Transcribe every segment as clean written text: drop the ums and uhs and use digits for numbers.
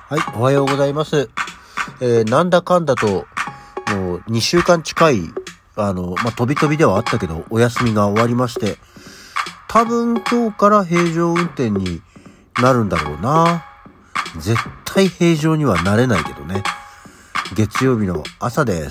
はい、おはようございます。なんだかんだと、もう2週間近い、飛び飛びではあったけど、お休みが終わりまして、多分今日から平常運転になるんだろうな。絶対平常にはなれないけどね。月曜日の朝です。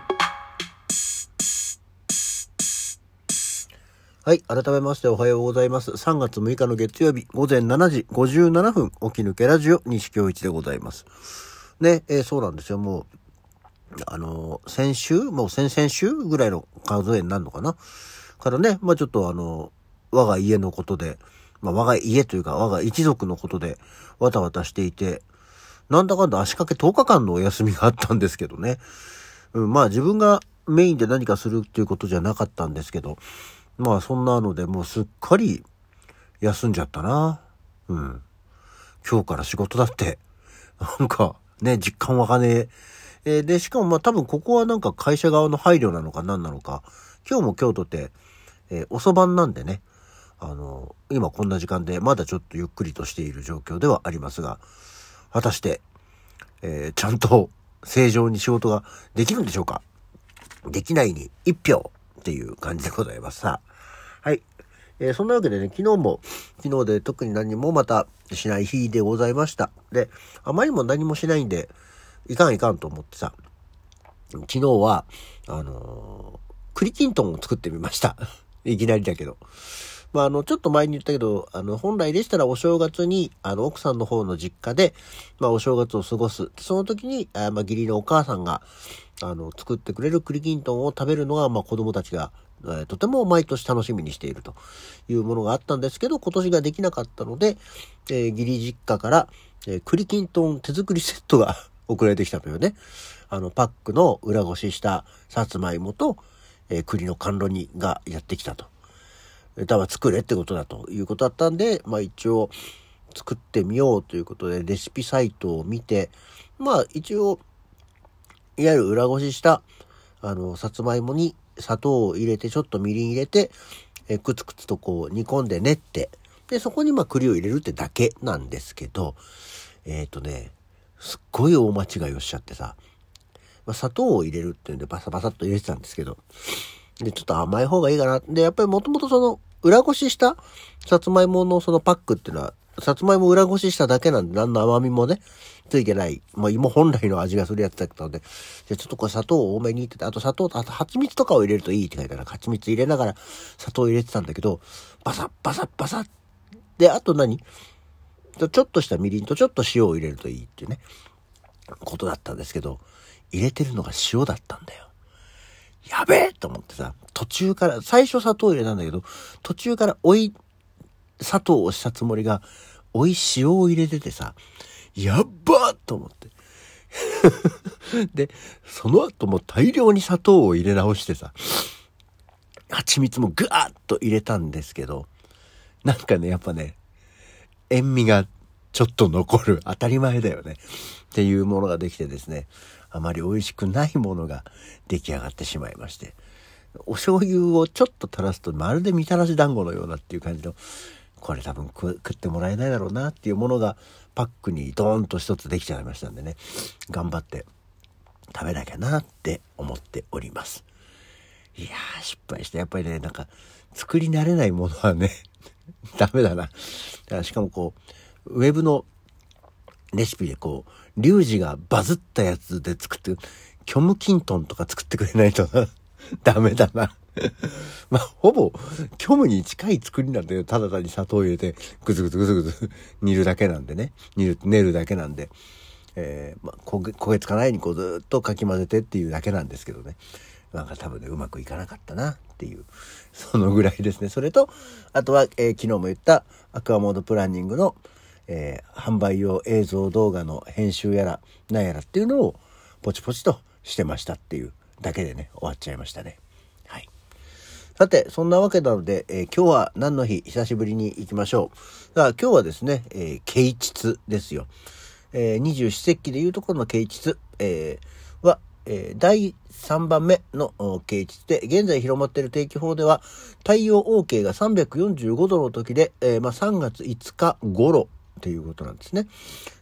はい、改めましておはようございます。3月6日の月曜日午前7時57分起き抜けラジオ西京一でございます。ね、そうなんですよ。もう先週先々週ぐらいの数えになるのかな。からね、ちょっと我が家のことで、我が家というか我が一族のことでわたわたしていて、なんだかんだ足掛け10日間のお休みがあったんですけどね。自分がメインで何かするっていうことじゃなかったんですけど、そんなのでもうすっかり休んじゃったな。今日から仕事だって。なんかね、実感わかねえ。で、しかも多分ここはなんか会社側の配慮なのか何なのか。今日も今日とて、遅番なんでね。今こんな時間でまだちょっとゆっくりとしている状況ではありますが、果たして、ちゃんと正常に仕事ができるんでしょうか。できないに1票っていう感じでございますさ。はい。そんなわけでね、昨日で特に何もまたしない日でございました。で、あまりにも何もしないんで、いかんと思ってさ、昨日は、栗きんとんを作ってみました。いきなりだけど。ちょっと前に言ったけど、本来でしたらお正月に、奥さんの方の実家で、お正月を過ごす。その時に、義理のお母さんが、作ってくれる栗きんとんを食べるのが、子供たちが、とても毎年楽しみにしているというものがあったんですけど、今年ができなかったので、義理実家から、栗きんとん手作りセットが送られてきたのよね。パックの裏ごししたさつまいもと、栗の甘露煮がやってきたと。だから作れってことだということだったんで、一応作ってみようということでレシピサイトを見て、一応いわゆる裏ごししたさつまいもに砂糖を入れてちょっとみりん入れて、くつくつとこう煮込んで練って、でそこに栗を入れるってだけなんですけど、すっごい大間違いをしちゃってさ、砂糖を入れるっていうんでバサバサっと入れてたんですけど、でちょっと甘い方がいいかな。でやっぱりもともとその裏ごししたさつまいものそのパックっていうのはさつまいも裏ごししただけなんで何の甘みもねついてない、芋本来の味がするやつだったので、じゃあちょっとこれ砂糖を多めに入れて、あと蜂蜜とかを入れるといいって書いてあるから蜂蜜入れながら砂糖を入れてたんだけど、バサッバサッバサッで、あとちょっとしたみりんとちょっと塩を入れるといいっていうねことだったんですけど、入れてるのが塩だったんだよ。やべえと思ってさ、途中から最初砂糖入れたんだけど、途中から砂糖をしたつもりが塩を入れててさ、やっばーと思ってでその後も大量に砂糖を入れ直してさ、蜂蜜もぐわーっと入れたんですけど、なんかねやっぱね塩味がちょっと残る、当たり前だよねっていうものができてですね、あまり美味しくないものが出来上がってしまいまして、お醤油をちょっと垂らすとまるでみたらし団子のようなっていう感じの、これ多分食ってもらえないだろうなっていうものがパックにドーンと一つできちゃいましたんでね、頑張って食べなきゃなって思っております。いやー失敗して、やっぱりねなんか作り慣れないものはねダメだな。だからしかもこうウェブのレシピでこうリュウジがバズったやつで作って虚無きんとんとか作ってくれないとなダメだなほぼ虚無に近い作りなんだよ。ただ単に砂糖を入れてグズグズ煮るだけなんでね、練るだけなんで、焦げつかないようにこうずっとかき混ぜてっていうだけなんですけどね、なんか多分ねうまくいかなかったなっていう、そのぐらいですね。それとあとは、昨日も言ったアクアモードプランニングの、販売用映像動画の編集やらなんやらっていうのをポチポチとしてましたっていうだけでね終わっちゃいましたね。はい。さてそんなわけなので、今日は何の日、久しぶりに行きましょう。だから今日はですね、啓蟄ですよ。二十四節気でいうところの啓蟄、は、第3番目の啓蟄で、現在広まっている定期法では太陽 OK が345度の時で、3月5日頃っていうことなんですね。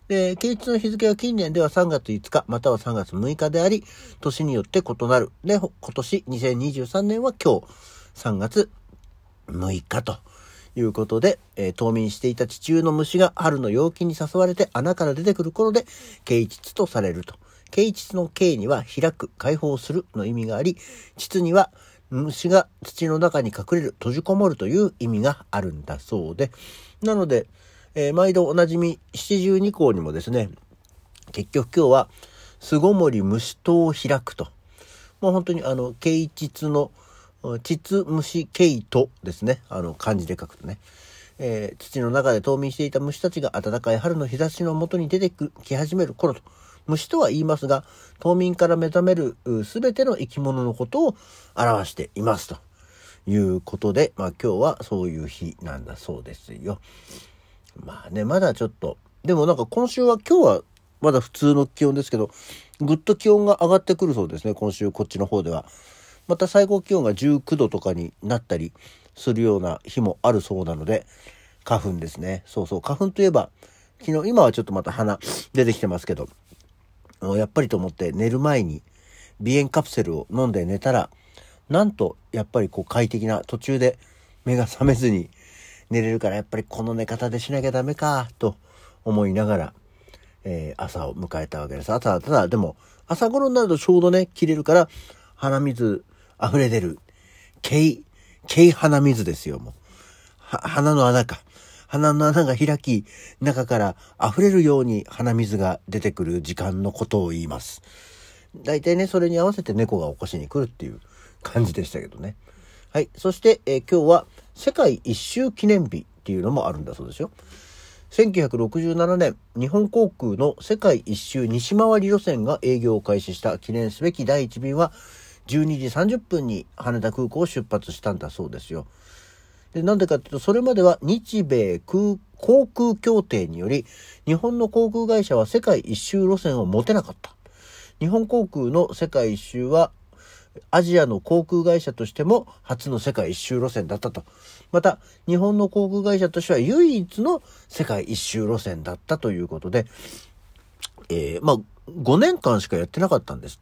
で、啓蟄の日付は近年では3月5日、または3月6日であり、年によって異なる。で、今年2023年は今日3月6日ということで、冬眠していた地中の虫が春の陽気に誘われて穴から出てくる頃で、啓蟄とされると。啓蟄の啓には開く、解放するの意味があり、蟄には虫が土の中に隠れる、閉じこもるという意味があるんだそうで、なので、毎度おなじみ七十二候にもですね、結局今日は巣ごもり虫戸を開くと、もう本当に啓蟄の蟄虫啓とですね、漢字で書くとね、土の中で冬眠していた虫たちが暖かい春の日差しの下に出てき始める頃と、虫とは言いますが、冬眠から目覚めるすべての生き物のことを表していますということで、今日はそういう日なんだそうですよ。まだちょっと、でも今週は、今日はまだ普通の気温ですけど、ぐっと気温が上がってくるそうですね。今週こっちの方ではまた最高気温が19度とかになったりするような日もあるそうなので、花粉ですね。そう、花粉といえば今はちょっとまた鼻出てきてますけど、やっぱりと思って寝る前に鼻炎カプセルを飲んで寝たら、なんとやっぱり快適な、途中で目が覚めずに寝れるから、やっぱりこの寝方でしなきゃダメかと思いながら、朝を迎えたわけです。ただでも朝頃になるとちょうどね切れるから、鼻水溢れ出る軽鼻水ですよ。もう鼻の穴が開き、中から溢れるように鼻水が出てくる時間のことを言います。だいたいね、それに合わせて猫が起こしに来るっていう感じでしたけどね。はい。そして、今日は世界一周記念日っていうのもあるんだそうですよ。1967年、日本航空の世界一周西回り路線が営業を開始した記念すべき第1便は、12時30分に羽田空港を出発したんだそうですよ。で、なんでかっていうと、それまでは日米航空協定により、日本の航空会社は世界一周路線を持てなかった。日本航空の世界一周は、アジアの航空会社としても初の世界一周路線だったと。また、日本の航空会社としては唯一の世界一周路線だったということで、5年間しかやってなかったんですって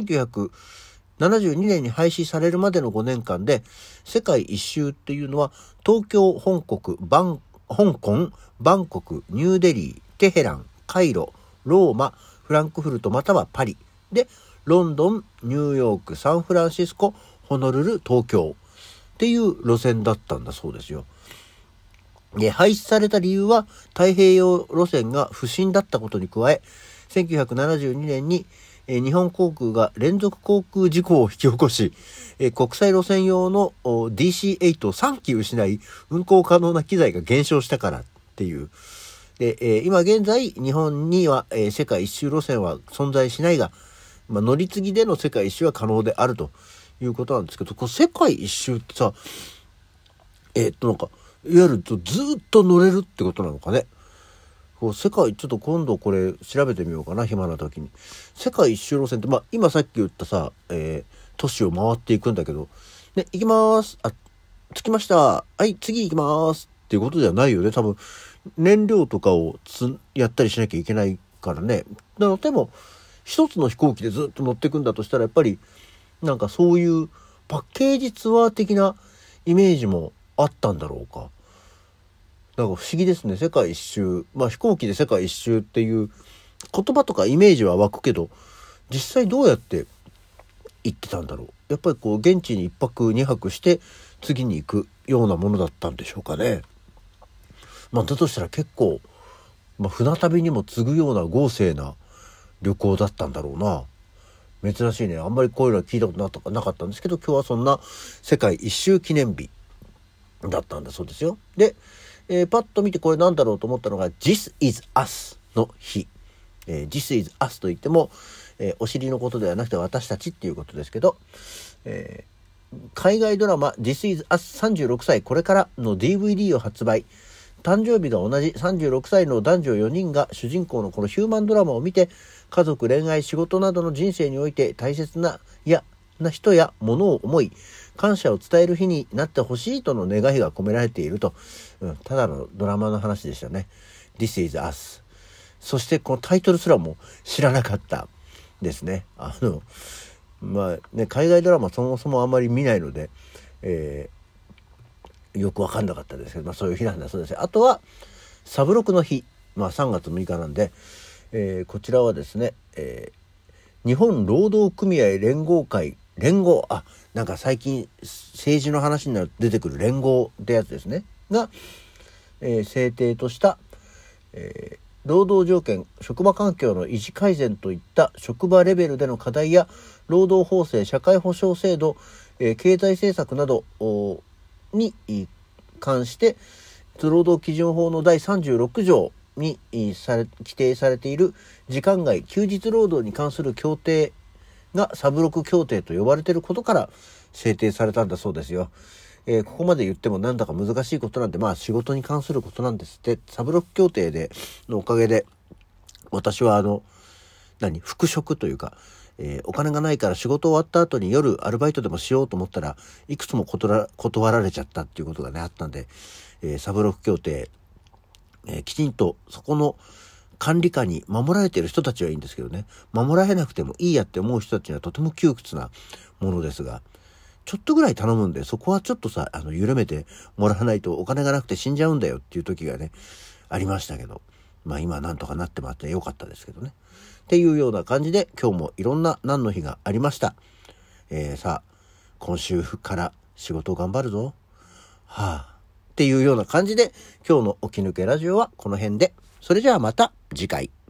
。1972年に廃止されるまでの5年間で、世界一周っていうのは、東京、香港、バンコク、ニューデリー、テヘラン、カイロ、ローマ、フランクフルトまたはパリで、ロンドン、ニューヨーク、サンフランシスコ、ホノルル、東京っていう路線だったんだそうですよ。で、廃止された理由は太平洋路線が不振だったことに加え、1972年に日本航空が連続航空事故を引き起こし、国際路線用の DC-8 を3機失い、運航可能な機材が減少したからっていう。で、今現在日本には世界一周路線は存在しないが、乗り継ぎでの世界一周は可能であるということなんですけど、世界一周ってさ、いわゆるずっと乗れるってことなのかね。世界、ちょっと今度これ調べてみようかな、暇な時に。世界一周路線って、今さっき言ったさ、都市を回っていくんだけど、ね、行きます。着きました。はい、次行きますっていうことじゃないよね。多分、燃料とかをやったりしなきゃいけないからね。でも、一つの飛行機でずっと乗っていくんだとしたら、やっぱりそういうパッケージツアー的なイメージもあったんだろうか。不思議ですね。世界一周、飛行機で世界一周っていう言葉とかイメージは湧くけど、実際どうやって行ってたんだろう。やっぱり現地に1泊2泊して次に行くようなものだったんでしょうかね。だとしたら結構、船旅にも次ぐような豪勢な旅行だったんだろうな。珍しいね。あんまりこういうのは聞いたことなかったんですけど、今日はそんな世界一周記念日だったんだそうですよ。で、パッと見てこれなんだろうと思ったのが This is us の日。This is us といっても、お尻のことではなくて私たちっていうことですけど、海外ドラマ This is us 36歳これからの DVD を発売。誕生日が同じ36歳の男女4人が主人公のこのヒューマンドラマを見て、家族、恋愛、仕事などの人生において大切な人や物を思い、感謝を伝える日になってほしいとの願いが込められていると。ただのドラマの話でしたね。This is us。 そしてこのタイトルすらも知らなかったですね。まあね、海外ドラマそもそもあんまり見ないので、よくわかんなかったですけど、そういう日なんだそうです。あとはサブロクの日、3月6日なんで、こちらはですね、日本労働組合連合会、なんか最近政治の話になると出てくる連合ってやつですねが、制定とした、労働条件、職場環境の維持改善といった職場レベルでの課題や労働法制、社会保障制度、経済政策などに関して労働基準法の第36条に規定されている時間外休日労働に関する協定がサブロク協定と呼ばれていることから制定されたんだそうですよ。ここまで言ってもなんだか難しいことなんで、仕事に関することなんですって。サブロク協定のおかげで私は復職というか、お金がないから仕事終わった後に夜アルバイトでもしようと思ったらいくつも断られちゃったっていうことがねあったんで、サブロク協定、きちんとそこの管理下に守られている人たちはいいんですけどね、守られなくてもいいやって思う人たちにはとても窮屈なものですが、ちょっとぐらい頼むんで、そこはちょっと緩めてもらわないとお金がなくて死んじゃうんだよっていう時がねありましたけど、今なんとかなってもらってよかったですけどねっていうような感じで、今日もいろんな何の日がありました。さあ今週から仕事頑張るぞっていうような感じで、今日の起き抜けラジオはこの辺で。それじゃあまた次回。